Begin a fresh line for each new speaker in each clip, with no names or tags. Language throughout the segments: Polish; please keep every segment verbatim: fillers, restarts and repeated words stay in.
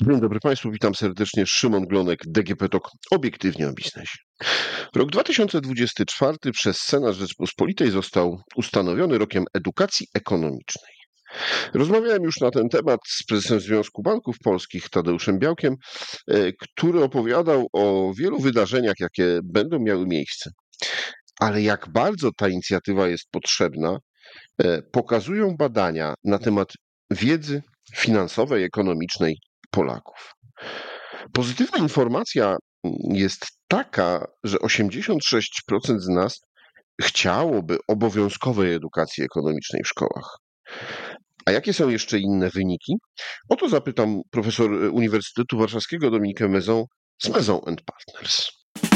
Dzień dobry Państwu, witam serdecznie. Szymon Glonek, D G P TOK, obiektywnie o biznesie. Rok dwa tysiące dwudziesty czwarty przez Senat Rzeczypospolitej został ustanowiony rokiem edukacji ekonomicznej. Rozmawiałem już na ten temat z prezesem Związku Banków Polskich Tadeuszem Białkiem, który opowiadał o wielu wydarzeniach, jakie będą miały miejsce. Ale jak bardzo ta inicjatywa jest potrzebna, pokazują badania na temat wiedzy finansowej, ekonomicznej Polaków. Pozytywna informacja jest taka, że osiemdziesiąt sześć procent z nas chciałoby obowiązkowej edukacji ekonomicznej w szkołach. A jakie są jeszcze inne wyniki? O to zapytam profesor Uniwersytetu Warszawskiego Dominikę Maison z Maison and Partners.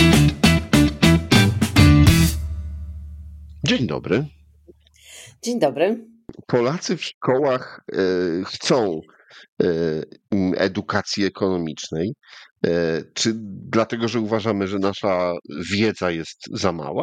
Dzień dobry.
Dzień dobry.
Polacy w szkołach e, chcą e, edukacji ekonomicznej. E, czy dlatego, że uważamy, że nasza wiedza jest za mała?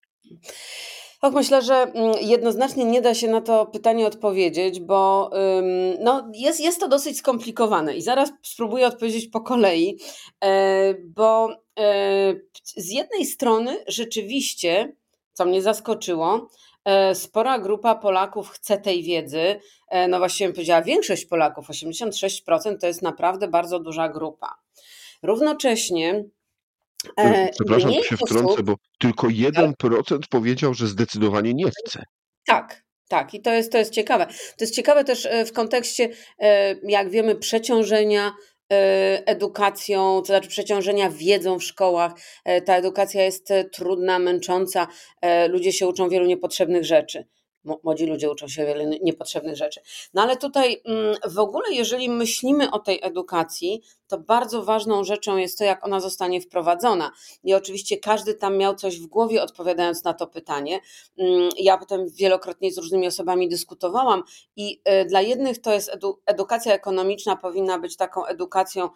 Och, myślę, że jednoznacznie nie da się na to pytanie odpowiedzieć, bo ym, no, jest, jest to dosyć skomplikowane i zaraz spróbuję odpowiedzieć po kolei, e, bo e, z jednej strony rzeczywiście, co mnie zaskoczyło, e, spora grupa Polaków chce tej wiedzy, e, no właściwie bym powiedziała większość Polaków, osiemdziesiąt sześć procent to jest naprawdę bardzo duża grupa. Równocześnie e,
Przepraszam,
mniej
tu się
osób...
wtrącę, bo tylko jeden procent powiedział, że zdecydowanie nie chce.
Tak, tak. I to jest, to jest ciekawe. To jest ciekawe też w kontekście, jak wiemy, przeciążenia edukacją, to znaczy przeciążenia wiedzą w szkołach. Ta edukacja jest trudna, męcząca. Ludzie się uczą wielu niepotrzebnych rzeczy. Młodzi ludzie uczą się wiele niepotrzebnych rzeczy. No ale tutaj w ogóle, jeżeli myślimy o tej edukacji, to bardzo ważną rzeczą jest to, jak ona zostanie wprowadzona. I oczywiście każdy tam miał coś w głowie, odpowiadając na to pytanie. Ja potem wielokrotnie z różnymi osobami dyskutowałam i dla jednych to jest edu- edukacja ekonomiczna powinna być taką edukacją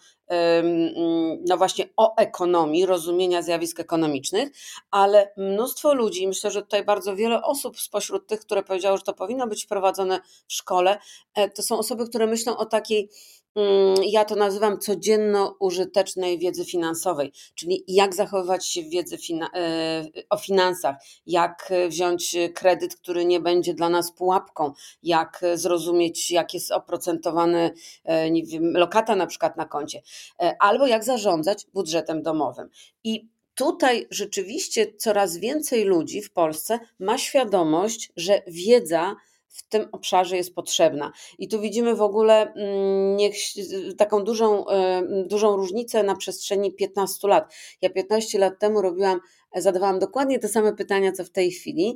no właśnie o ekonomii, rozumienia zjawisk ekonomicznych, ale mnóstwo ludzi, myślę, że tutaj bardzo wiele osób spośród tych, które powiedziało, że to powinno być wprowadzone w szkole, to są osoby, które myślą o takiej, ja to nazywam codzienno użytecznej wiedzy finansowej, czyli jak zachowywać się w wiedzy fina- o finansach, jak wziąć kredyt, który nie będzie dla nas pułapką, jak zrozumieć, jak jest oprocentowane, nie wiem, lokata na przykład na koncie, albo jak zarządzać budżetem domowym. I tutaj rzeczywiście coraz więcej ludzi w Polsce ma świadomość, że wiedza w tym obszarze jest potrzebna. I tu widzimy w ogóle niech, taką dużą, dużą różnicę na przestrzeni piętnastu lat. Ja piętnaście lat temu robiłam, zadawałam dokładnie te same pytania, co w tej chwili.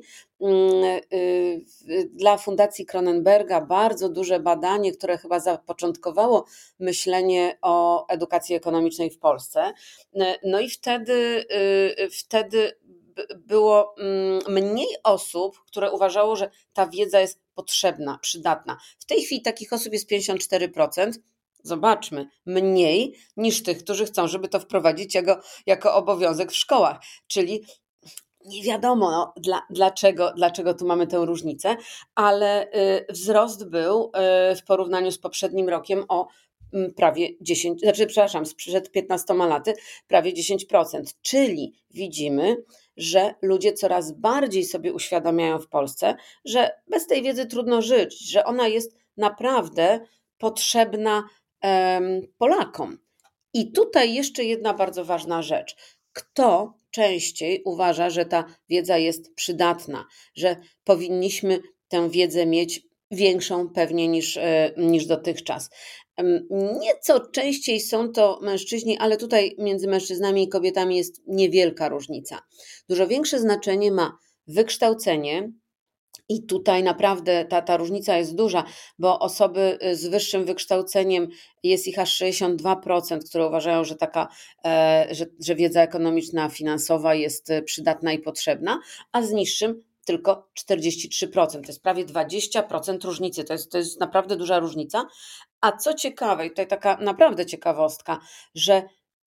Dla Fundacji Kronenberga bardzo duże badanie, które chyba zapoczątkowało myślenie o edukacji ekonomicznej w Polsce. No i wtedy, wtedy było mniej osób, które uważało, że ta wiedza jest potrzebna, przydatna. W tej chwili takich osób jest pięćdziesiąt cztery procent. Zobaczmy, mniej niż tych, którzy chcą, żeby to wprowadzić jako, jako obowiązek w szkołach. Czyli nie wiadomo no, dla, dlaczego, dlaczego tu mamy tę różnicę, ale y, wzrost był y, w porównaniu z poprzednim rokiem o y, prawie dziesięć, znaczy przepraszam, sprzed piętnastoma laty prawie dziesięć procent, czyli widzimy, że ludzie coraz bardziej sobie uświadamiają w Polsce, że bez tej wiedzy trudno żyć, że ona jest naprawdę potrzebna em, Polakom. I tutaj jeszcze jedna bardzo ważna rzecz. Kto częściej uważa, że ta wiedza jest przydatna, że powinniśmy tę wiedzę mieć większą pewnie niż, niż dotychczas. Nieco częściej są to mężczyźni, ale tutaj między mężczyznami i kobietami jest niewielka różnica. Dużo większe znaczenie ma wykształcenie. I tutaj naprawdę ta, ta różnica jest duża, bo osoby z wyższym wykształceniem jest ich aż sześćdziesiąt dwa procent, które uważają, że taka, że, że wiedza ekonomiczna, finansowa jest przydatna i potrzebna, a z niższym tylko czterdzieści trzy procent. To jest prawie dwadzieścia procent różnicy. To jest, to jest naprawdę duża różnica. A co ciekawe, i tutaj taka naprawdę ciekawostka, że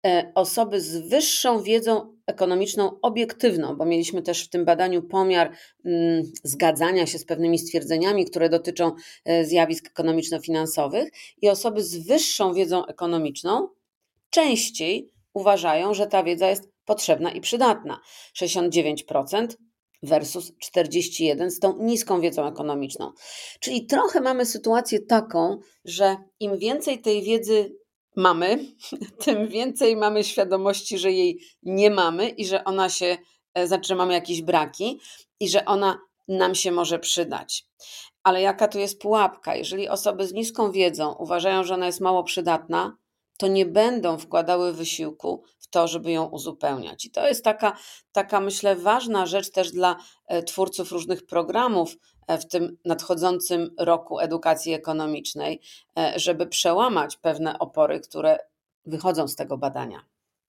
osoby z wyższą wiedzą ekonomiczną obiektywną, bo mieliśmy też w tym badaniu pomiar mm, zgadzania się z pewnymi stwierdzeniami, które dotyczą zjawisk ekonomiczno-finansowych, i osoby z wyższą wiedzą ekonomiczną częściej uważają, że ta wiedza jest potrzebna i przydatna. sześćdziesiąt dziewięć procent versus czterdzieści jeden procent z tą niską wiedzą ekonomiczną. Czyli trochę mamy sytuację taką, że im więcej tej wiedzy mamy, tym więcej mamy świadomości, że jej nie mamy i że ona się, znaczy, że mamy jakieś braki i że ona nam się może przydać. Ale jaka tu jest pułapka? Jeżeli osoby z niską wiedzą uważają, że ona jest mało przydatna, to nie będą wkładały wysiłku w to, żeby ją uzupełniać. I to jest taka, taka myślę, ważna rzecz też dla twórców różnych programów w tym nadchodzącym roku edukacji ekonomicznej, żeby przełamać pewne opory, które wychodzą z tego badania.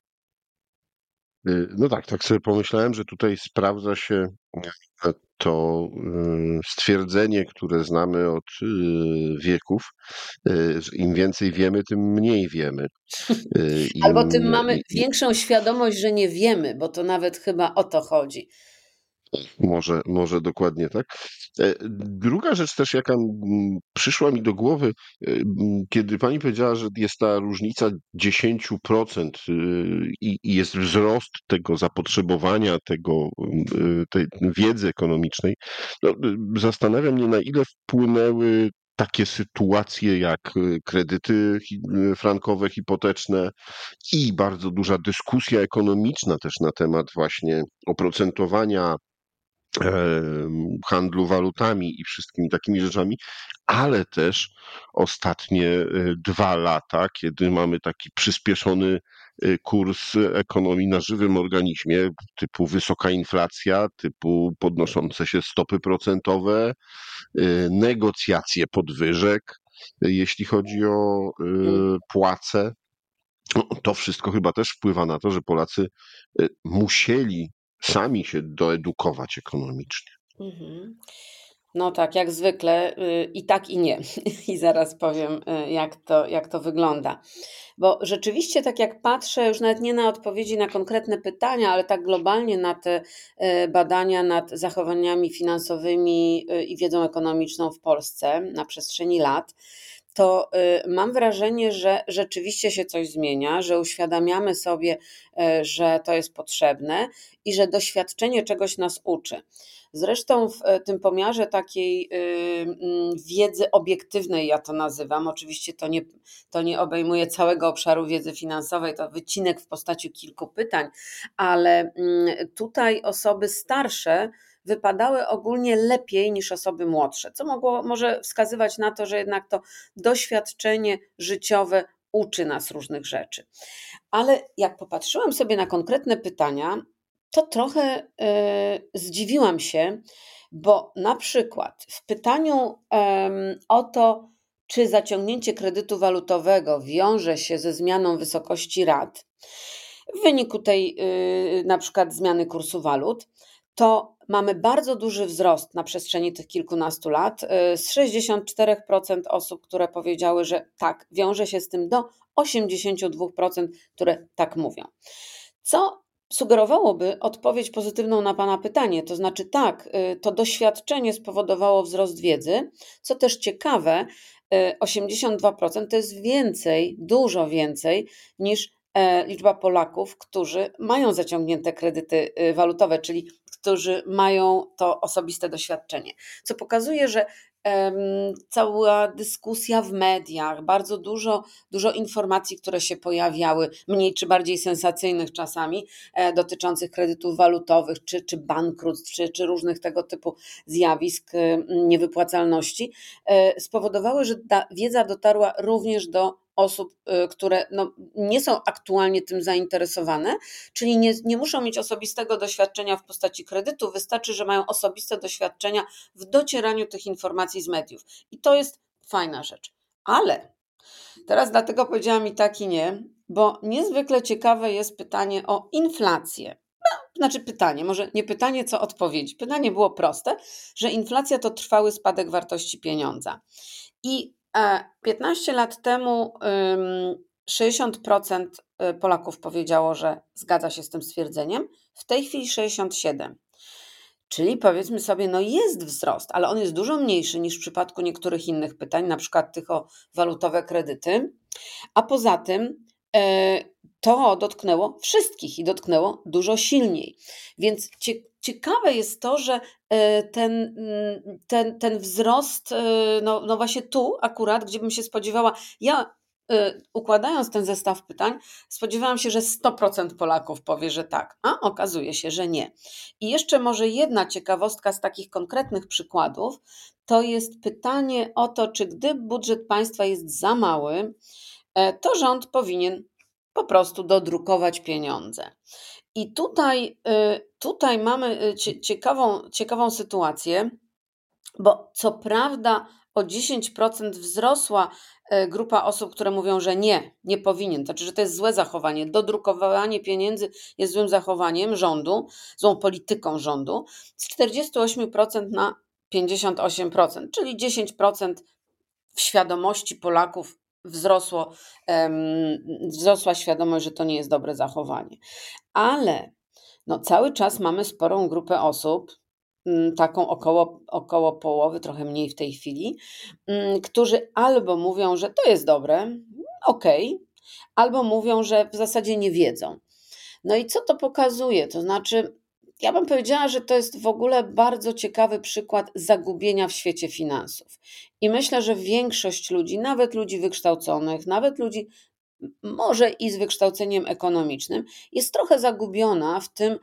No tak, tak sobie pomyślałem, że tutaj sprawdza się to stwierdzenie, które znamy od wieków, że im więcej wiemy, tym mniej wiemy.
Albo tym
Im,
mamy
i,
większą świadomość, że nie wiemy, bo to nawet chyba o to chodzi.
Może, może dokładnie tak. Druga rzecz też, jaka przyszła mi do głowy, kiedy pani powiedziała, że jest ta różnica dziesięć procent i, i jest wzrost tego zapotrzebowania, tego, tej wiedzy ekonomicznej, no, zastanawia mnie, na ile wpłynęły takie sytuacje jak kredyty frankowe, hipoteczne i bardzo duża dyskusja ekonomiczna też na temat właśnie oprocentowania handlu walutami i wszystkimi takimi rzeczami, ale też ostatnie dwa lata, kiedy mamy taki przyspieszony kurs ekonomii na żywym organizmie, typu wysoka inflacja, typu podnoszące się stopy procentowe, negocjacje podwyżek, jeśli chodzi o płace. To wszystko chyba też wpływa na to, że Polacy musieli sami się doedukować ekonomicznie.
Mhm. No tak, jak zwykle i tak i nie. I zaraz powiem, jak to, jak to wygląda. Bo rzeczywiście, tak jak patrzę, już nawet nie na odpowiedzi na konkretne pytania, ale tak globalnie na te badania nad zachowaniami finansowymi i wiedzą ekonomiczną w Polsce na przestrzeni lat, to mam wrażenie, że rzeczywiście się coś zmienia, że uświadamiamy sobie, że to jest potrzebne i że doświadczenie czegoś nas uczy. Zresztą w tym pomiarze takiej wiedzy obiektywnej, ja to nazywam, oczywiście to nie, to nie obejmuje całego obszaru wiedzy finansowej, to wycinek w postaci kilku pytań, ale tutaj osoby starsze wypadały ogólnie lepiej niż osoby młodsze, co mogło może wskazywać na to, że jednak to doświadczenie życiowe uczy nas różnych rzeczy. Ale jak popatrzyłam sobie na konkretne pytania, to trochę y, zdziwiłam się, bo na przykład w pytaniu um, o to, czy zaciągnięcie kredytu walutowego wiąże się ze zmianą wysokości rat w wyniku tej y, na przykład zmiany kursu walut, to mamy bardzo duży wzrost na przestrzeni tych kilkunastu lat. Z sześćdziesiąt cztery procent osób, które powiedziały, że tak, wiąże się z tym, do osiemdziesiąt dwa procent, które tak mówią. Co sugerowałoby odpowiedź pozytywną na Pana pytanie, to znaczy tak, to doświadczenie spowodowało wzrost wiedzy, co też ciekawe, osiemdziesiąt dwa procent to jest więcej, dużo więcej niż liczba Polaków, którzy mają zaciągnięte kredyty walutowe, czyli którzy mają to osobiste doświadczenie, co pokazuje, że um, cała dyskusja w mediach, bardzo dużo, dużo informacji, które się pojawiały, mniej czy bardziej sensacyjnych czasami, e, dotyczących kredytów walutowych, czy, czy bankructw, czy, czy różnych tego typu zjawisk e, niewypłacalności, e, spowodowały, że ta wiedza dotarła również do osób, które no, nie są aktualnie tym zainteresowane, czyli nie, nie muszą mieć osobistego doświadczenia w postaci kredytu, wystarczy, że mają osobiste doświadczenia w docieraniu tych informacji z mediów. I to jest fajna rzecz. Ale teraz dlatego powiedziałam i tak i nie, bo niezwykle ciekawe jest pytanie o inflację. No, znaczy pytanie, może nie pytanie, co odpowiedź. Pytanie było proste, że inflacja to trwały spadek wartości pieniądza. I piętnaście lat temu sześćdziesiąt procent Polaków powiedziało, że zgadza się z tym stwierdzeniem, w tej chwili sześćdziesiąt siedem procent. Czyli powiedzmy sobie, no jest wzrost, ale on jest dużo mniejszy niż w przypadku niektórych innych pytań, na przykład tych o walutowe kredyty, a poza tym e, to dotknęło wszystkich i dotknęło dużo silniej. Więc cie, ciekawe jest to, że e, ten, ten, ten wzrost, e, no, no właśnie tu akurat, gdzie bym się spodziewała, ja e, układając ten zestaw pytań, spodziewałam się, że sto procent Polaków powie, że tak, a okazuje się, że nie. I jeszcze może jedna ciekawostka z takich konkretnych przykładów, to jest pytanie o to, czy gdy budżet państwa jest za mały, to rząd powinien po prostu dodrukować pieniądze. I tutaj, tutaj mamy ciekawą, ciekawą sytuację, bo co prawda o dziesięć procent wzrosła grupa osób, które mówią, że nie, nie powinien, znaczy, że to jest złe zachowanie. Dodrukowanie pieniędzy jest złym zachowaniem rządu, złą polityką rządu, z czterdzieści osiem procent na pięćdziesiąt osiem procent, czyli dziesięć procent w świadomości Polaków wzrosło, um, wzrosła świadomość, że to nie jest dobre zachowanie. Ale no, cały czas mamy sporą grupę osób, taką około, około połowy, trochę mniej w tej chwili, którzy albo mówią, że to jest dobre, okej, okay, albo mówią, że w zasadzie nie wiedzą. No i co to pokazuje? To znaczy, ja bym powiedziała, że to jest w ogóle bardzo ciekawy przykład zagubienia w świecie finansów. I myślę, że większość ludzi, nawet ludzi wykształconych, nawet ludzi może i z wykształceniem ekonomicznym, jest trochę zagubiona w tym,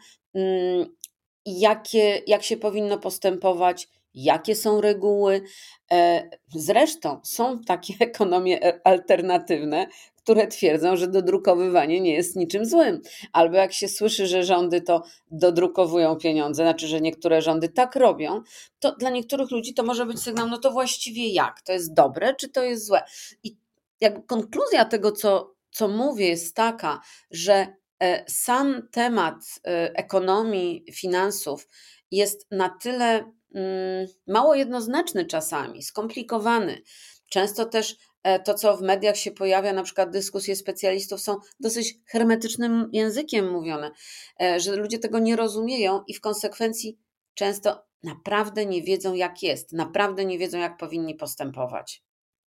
jakie, jak się powinno postępować, jakie są reguły. Zresztą są takie ekonomie alternatywne, które twierdzą, że dodrukowywanie nie jest niczym złym. Albo jak się słyszy, że rządy to dodrukowują pieniądze, znaczy, że niektóre rządy tak robią, to dla niektórych ludzi to może być sygnał, no to właściwie jak? To jest dobre, czy to jest złe? I jakby konkluzja tego, co, co mówię, jest taka, że sam temat ekonomii, finansów jest na tyle mało jednoznaczny czasami, skomplikowany. Często też to, co w mediach się pojawia, na przykład dyskusje specjalistów, są dosyć hermetycznym językiem mówione, że ludzie tego nie rozumieją i w konsekwencji często naprawdę nie wiedzą, jak jest, naprawdę nie wiedzą, jak powinni postępować.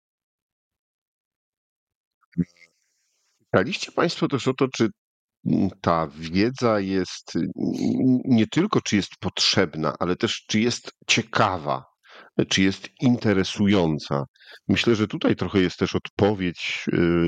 Pytaliście Państwo też o to, czy ta wiedza jest nie tylko, czy jest potrzebna, ale też, czy jest ciekawa, czy jest interesująca. Myślę, że tutaj trochę jest też odpowiedź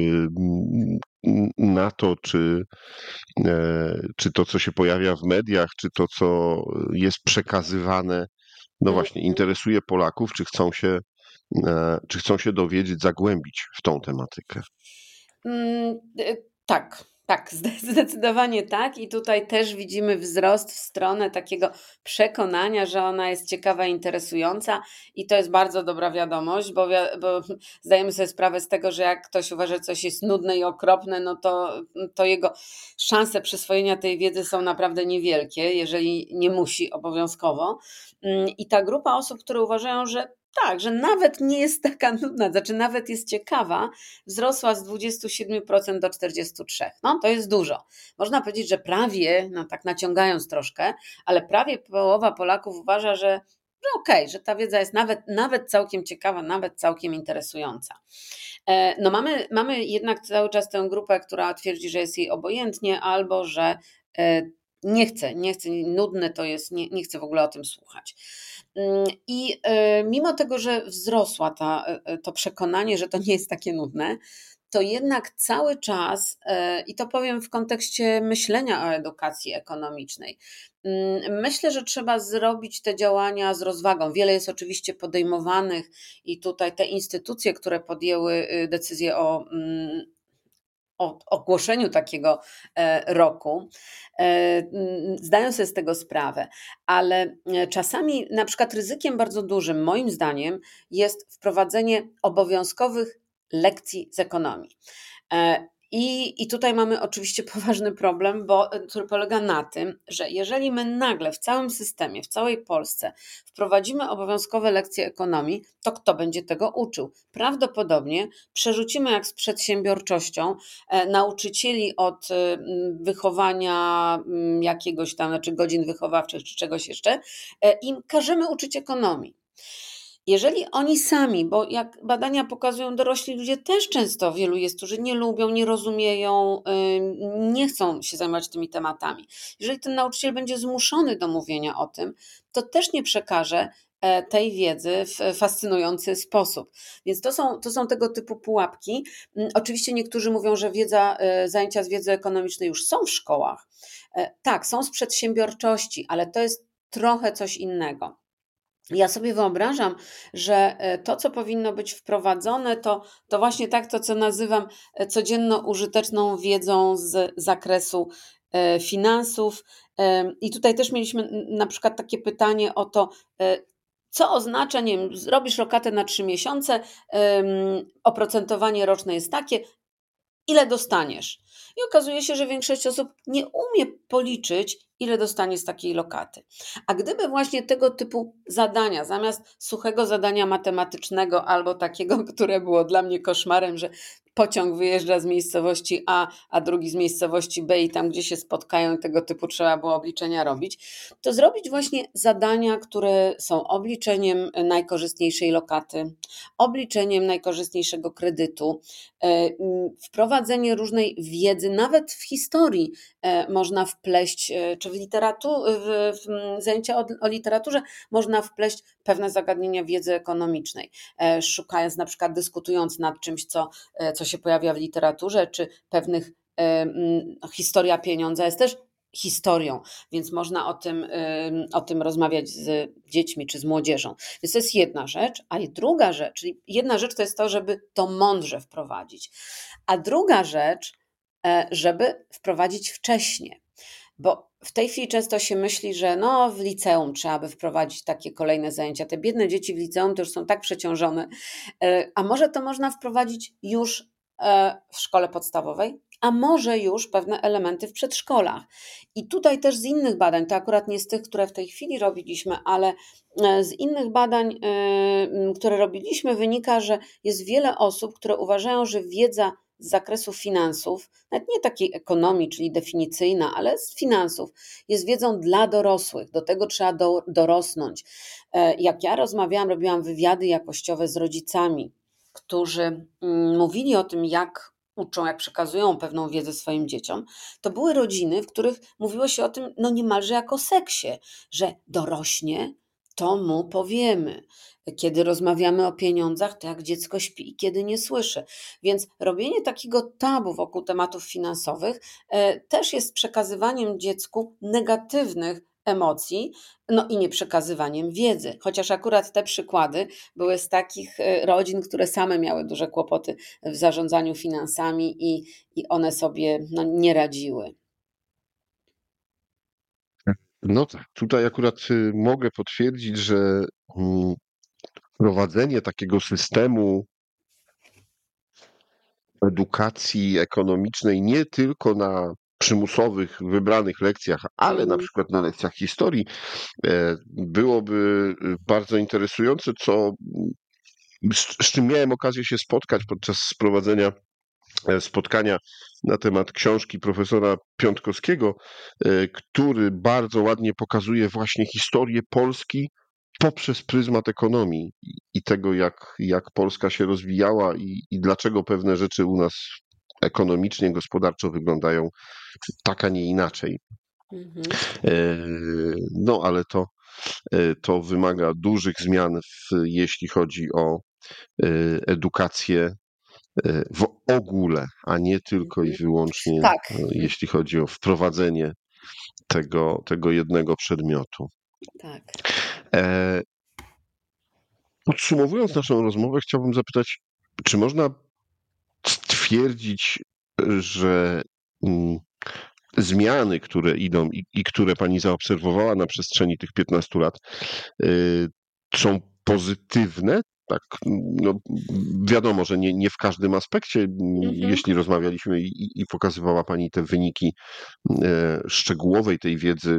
na to, czy, czy to, co się pojawia w mediach, czy to, co jest przekazywane, no właśnie, interesuje Polaków, czy chcą się, czy chcą się dowiedzieć, zagłębić w tą tematykę.
Mm, tak. Tak, zdecydowanie tak i tutaj też widzimy wzrost w stronę takiego przekonania, że ona jest ciekawa, interesująca i to jest bardzo dobra wiadomość, bo, wi- bo zdajemy sobie sprawę z tego, że jak ktoś uważa, że coś jest nudne i okropne, no to, to jego szanse przyswojenia tej wiedzy są naprawdę niewielkie, jeżeli nie musi obowiązkowo. I ta grupa osób, które uważają, że tak, że nawet nie jest taka nudna, znaczy nawet jest ciekawa, wzrosła z dwudziestu siedmiu procent do czterdziestu trzech procent. No to jest dużo. Można powiedzieć, że prawie, no tak naciągając troszkę, ale prawie połowa Polaków uważa, że, że okej, okay, że ta wiedza jest nawet, nawet całkiem ciekawa, nawet całkiem interesująca. No mamy, mamy jednak cały czas tę grupę, która twierdzi, że jest jej obojętnie albo, że nie chce, nie chce, nudne to jest, nie, nie chce w ogóle o tym słuchać. I mimo tego, że wzrosła ta, to przekonanie, że to nie jest takie nudne, to jednak cały czas, i to powiem w kontekście myślenia o edukacji ekonomicznej, myślę, że trzeba zrobić te działania z rozwagą. Wiele jest oczywiście podejmowanych i tutaj te instytucje, które podjęły decyzję o o ogłoszeniu takiego roku, zdają sobie z tego sprawę, ale czasami na przykład ryzykiem bardzo dużym, moim zdaniem, jest wprowadzenie obowiązkowych lekcji z ekonomii. I, I tutaj mamy oczywiście poważny problem, bo, który polega na tym, że jeżeli my nagle w całym systemie, w całej Polsce wprowadzimy obowiązkowe lekcje ekonomii, to kto będzie tego uczył? Prawdopodobnie przerzucimy jak z przedsiębiorczością e, nauczycieli od e, wychowania m, jakiegoś tam, znaczy godzin wychowawczych czy czegoś jeszcze e, i każemy uczyć ekonomii. Jeżeli oni sami, bo jak badania pokazują, dorośli ludzie też często, wielu jest, którzy nie lubią, nie rozumieją, ym, nie chcą się zajmować tymi tematami. Jeżeli ten nauczyciel będzie zmuszony do mówienia o tym, to też nie przekaże e, tej wiedzy w fascynujący sposób. Więc to są, to są tego typu pułapki. Mm, Oczywiście niektórzy mówią, że wiedza, e, zajęcia z wiedzy ekonomicznej już są w szkołach. E, Tak, są z przedsiębiorczości, ale to jest trochę coś innego. Ja sobie wyobrażam, że e, to, co powinno być wprowadzone, to, to właśnie tak to, co nazywam e, codzienną użyteczną wiedzą z zakresu e, finansów. E, I tutaj też mieliśmy n- na przykład takie pytanie o to, e, co oznacza, nie wiem, zrobisz lokatę na trzy miesiące, em, oprocentowanie roczne jest takie, ile dostaniesz. I okazuje się, że większość osób nie umie policzyć, ile dostanie z takiej lokaty. A gdyby właśnie tego typu zadania, zamiast suchego zadania matematycznego albo takiego, które było dla mnie koszmarem, że pociąg wyjeżdża z miejscowości A, a drugi z miejscowości B i tam, gdzie się spotkają, tego typu trzeba było obliczenia robić, to zrobić właśnie zadania, które są obliczeniem najkorzystniejszej lokaty, obliczeniem najkorzystniejszego kredytu, e, wprowadzenie różnej wiedzy, nawet w historii e, można wpleść, e, czy w, literatu, w, w zajęcia o, o literaturze można wpleść pewne zagadnienia wiedzy ekonomicznej, e, szukając na przykład, dyskutując nad czymś, co, e, co się pojawia w literaturze, czy pewnych e, m, historia pieniądza jest też historią, więc można o tym, ym, o tym rozmawiać z dziećmi czy z młodzieżą. Więc to jest jedna rzecz, a i druga rzecz, czyli jedna rzecz to jest to, żeby to mądrze wprowadzić, a druga rzecz, e, żeby wprowadzić wcześnie, bo w tej chwili często się myśli, że no w liceum trzeba by wprowadzić takie kolejne zajęcia. Te biedne dzieci w liceum to już są tak przeciążone, e, a może to można wprowadzić już e, w szkole podstawowej, a może już pewne elementy w przedszkolach. I tutaj też z innych badań, to akurat nie z tych, które w tej chwili robiliśmy, ale e, z innych badań, e, m, które robiliśmy, wynika, że jest wiele osób, które uważają, że wiedza z zakresu finansów, nawet nie takiej ekonomii, czyli definicyjna, ale z finansów, jest wiedzą dla dorosłych. Do tego trzeba do, dorosnąć. E, Jak ja rozmawiałam, robiłam wywiady jakościowe z rodzicami, którzy mm, mówili o tym, jak uczą, jak przekazują pewną wiedzę swoim dzieciom, to były rodziny, w których mówiło się o tym no niemalże jak o seksie, że dorośnie, to mu powiemy. Kiedy rozmawiamy o pieniądzach, to jak dziecko śpi i kiedy nie słyszy. Więc robienie takiego tabu wokół tematów finansowych e, też jest przekazywaniem dziecku negatywnych emocji, no i nie przekazywaniem wiedzy. Chociaż akurat te przykłady były z takich e, rodzin, które same miały duże kłopoty w zarządzaniu finansami i, i one sobie no, nie radziły.
No tak, tutaj akurat y, mogę potwierdzić, że mm, prowadzenie takiego systemu edukacji ekonomicznej nie tylko na przymusowych, wybranych lekcjach, ale na
Mhm.
przykład na lekcjach historii, e, byłoby y, bardzo interesujące, co, z, z czym miałem okazję się spotkać podczas prowadzenia e, spotkania na temat książki profesora Piątkowskiego, e, który bardzo ładnie pokazuje właśnie historię Polski poprzez pryzmat ekonomii i i tego, jak, jak Polska się rozwijała i, i dlaczego pewne rzeczy u nas ekonomicznie, gospodarczo wyglądają tak, a nie inaczej.
Mhm.
E, No, ale to, e, to wymaga dużych zmian, w, jeśli chodzi o e, edukację e, w ogóle, a nie tylko i
Mhm.
wyłącznie
Tak,
e, jeśli chodzi o wprowadzenie tego, tego jednego przedmiotu.
tak.
E, Podsumowując naszą rozmowę, chciałbym zapytać, czy można stwierdzić, że mm, zmiany, które idą i, i które pani zaobserwowała na przestrzeni tych piętnastu lat, y, są pozytywne, tak, no, wiadomo, że nie, nie w każdym aspekcie,
Mhm.
jeśli rozmawialiśmy i, i pokazywała Pani te wyniki e, szczegółowej tej wiedzy,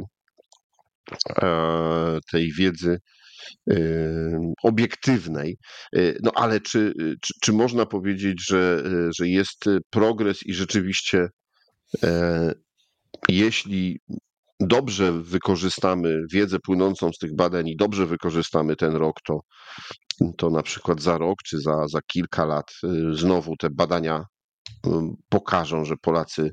e, tej wiedzy e, obiektywnej. E, No ale czy, czy, czy można powiedzieć, że, e, że jest progres i rzeczywiście, e, jeśli dobrze wykorzystamy wiedzę płynącą z tych badań i dobrze wykorzystamy ten rok, to, to na przykład za rok czy za, za kilka lat y, znowu te badania y, pokażą, że Polacy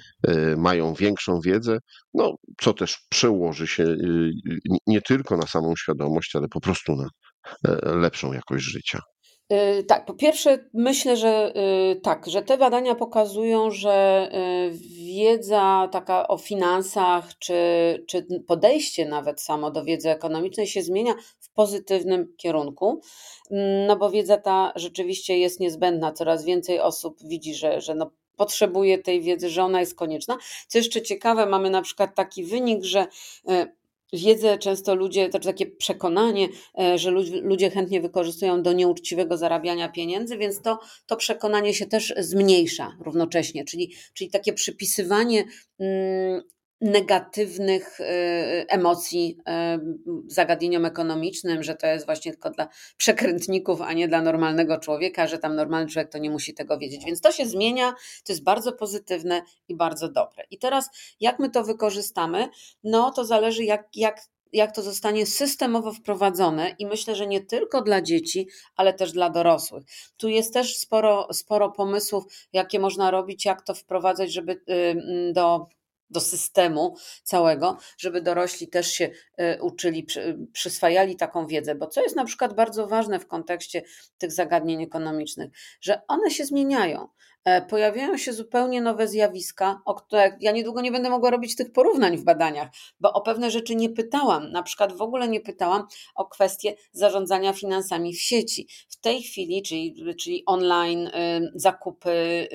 y, mają większą wiedzę, no co też przełoży się y, y, nie tylko na samą świadomość, ale po prostu na e, lepszą jakość życia.
Y, Tak, po pierwsze myślę, że y, tak, że te badania pokazują, że y, wiedza taka o finansach, czy, czy podejście nawet samo do wiedzy ekonomicznej się zmienia w pozytywnym kierunku, Mm, no bo wiedza ta rzeczywiście jest niezbędna. Coraz więcej osób widzi, że, że no potrzebuje tej wiedzy, że ona jest konieczna. Co jeszcze ciekawe, mamy na przykład taki wynik, że y, wiedzę często ludzie, to znaczy takie przekonanie, e, że ludzi- ludzie chętnie wykorzystują do nieuczciwego zarabiania pieniędzy, więc to, to przekonanie się też zmniejsza równocześnie, czyli, czyli takie przypisywanie mm, negatywnych e, emocji e, zagadnieniom ekonomicznym, że to jest właśnie tylko dla przekrętników, a nie dla normalnego człowieka, że tam normalny człowiek to nie musi tego wiedzieć. Więc to się zmienia, to jest bardzo pozytywne i bardzo dobre. I teraz jak my to wykorzystamy? No to zależy jak, jak jak to zostanie systemowo wprowadzone i myślę, że nie tylko dla dzieci, ale też dla dorosłych. Tu jest też sporo, sporo pomysłów, jakie można robić, jak to wprowadzać, żeby y, mm, do, do systemu całego, żeby dorośli też się y, uczyli, przy, przyswajali taką wiedzę, bo co jest na przykład bardzo ważne w kontekście tych zagadnień ekonomicznych, że one się zmieniają. E, Pojawiają się zupełnie nowe zjawiska, o które ja niedługo nie będę mogła robić tych porównań w badaniach, bo o pewne rzeczy nie pytałam, na przykład w ogóle nie pytałam o kwestię zarządzania finansami w sieci. W tej chwili, czyli, czyli online, y, zakupy,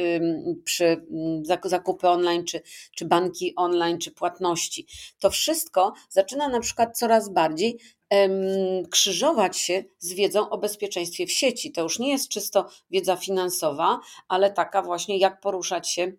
y, przy, y, zak- zakupy online, czy, czy banki online, czy płatności, to wszystko zaczyna na przykład coraz bardziej em, krzyżować się z wiedzą o bezpieczeństwie w sieci. To już nie jest czysto wiedza finansowa, ale taka właśnie jak poruszać się,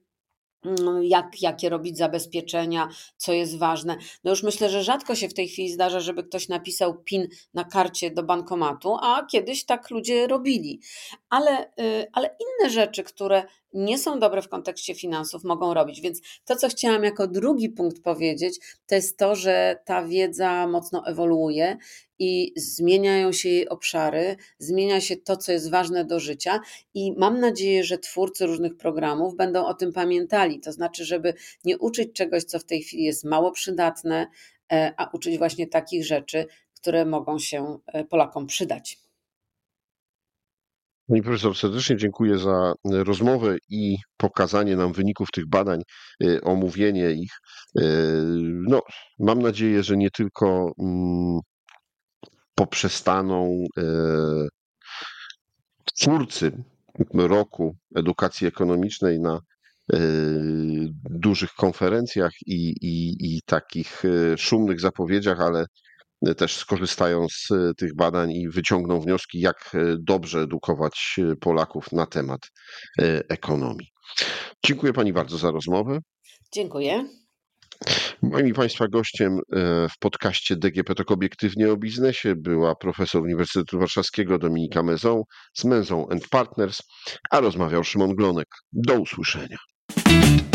mm, jak, jakie robić zabezpieczenia, co jest ważne. No już myślę, że rzadko się w tej chwili zdarza, żeby ktoś napisał PIN na karcie do bankomatu, a kiedyś tak ludzie robili. Ale, y, ale inne rzeczy, które nie są dobre w kontekście finansów, mogą robić. Więc to, co chciałam jako drugi punkt powiedzieć, to jest to, że ta wiedza mocno ewoluuje i zmieniają się jej obszary, zmienia się to, co jest ważne do życia i mam nadzieję, że twórcy różnych programów będą o tym pamiętali. To znaczy, żeby nie uczyć czegoś, co w tej chwili jest mało przydatne, e, a uczyć właśnie takich rzeczy, które mogą się e, Polakom przydać.
Pani profesor, serdecznie dziękuję za e, rozmowę i pokazanie nam wyników tych badań, e, omówienie ich. E, No, mam nadzieję, że nie tylko mm, poprzestaną e, twórcy roku edukacji ekonomicznej na e, dużych konferencjach i, i, i takich e, szumnych zapowiedziach, ale też skorzystają z e, tych badań i wyciągną wnioski, jak e, dobrze edukować e, Polaków na temat e, ekonomii. Dziękuję Pani bardzo za rozmowę.
Dziękuję.
Moim i Państwa gościem e, w podcaście D G P Talk Obiektywnie o Biznesie była profesor Uniwersytetu Warszawskiego Dominika Mezą z Mezą and Partners, a rozmawiał Szymon Glonek. Do usłyszenia.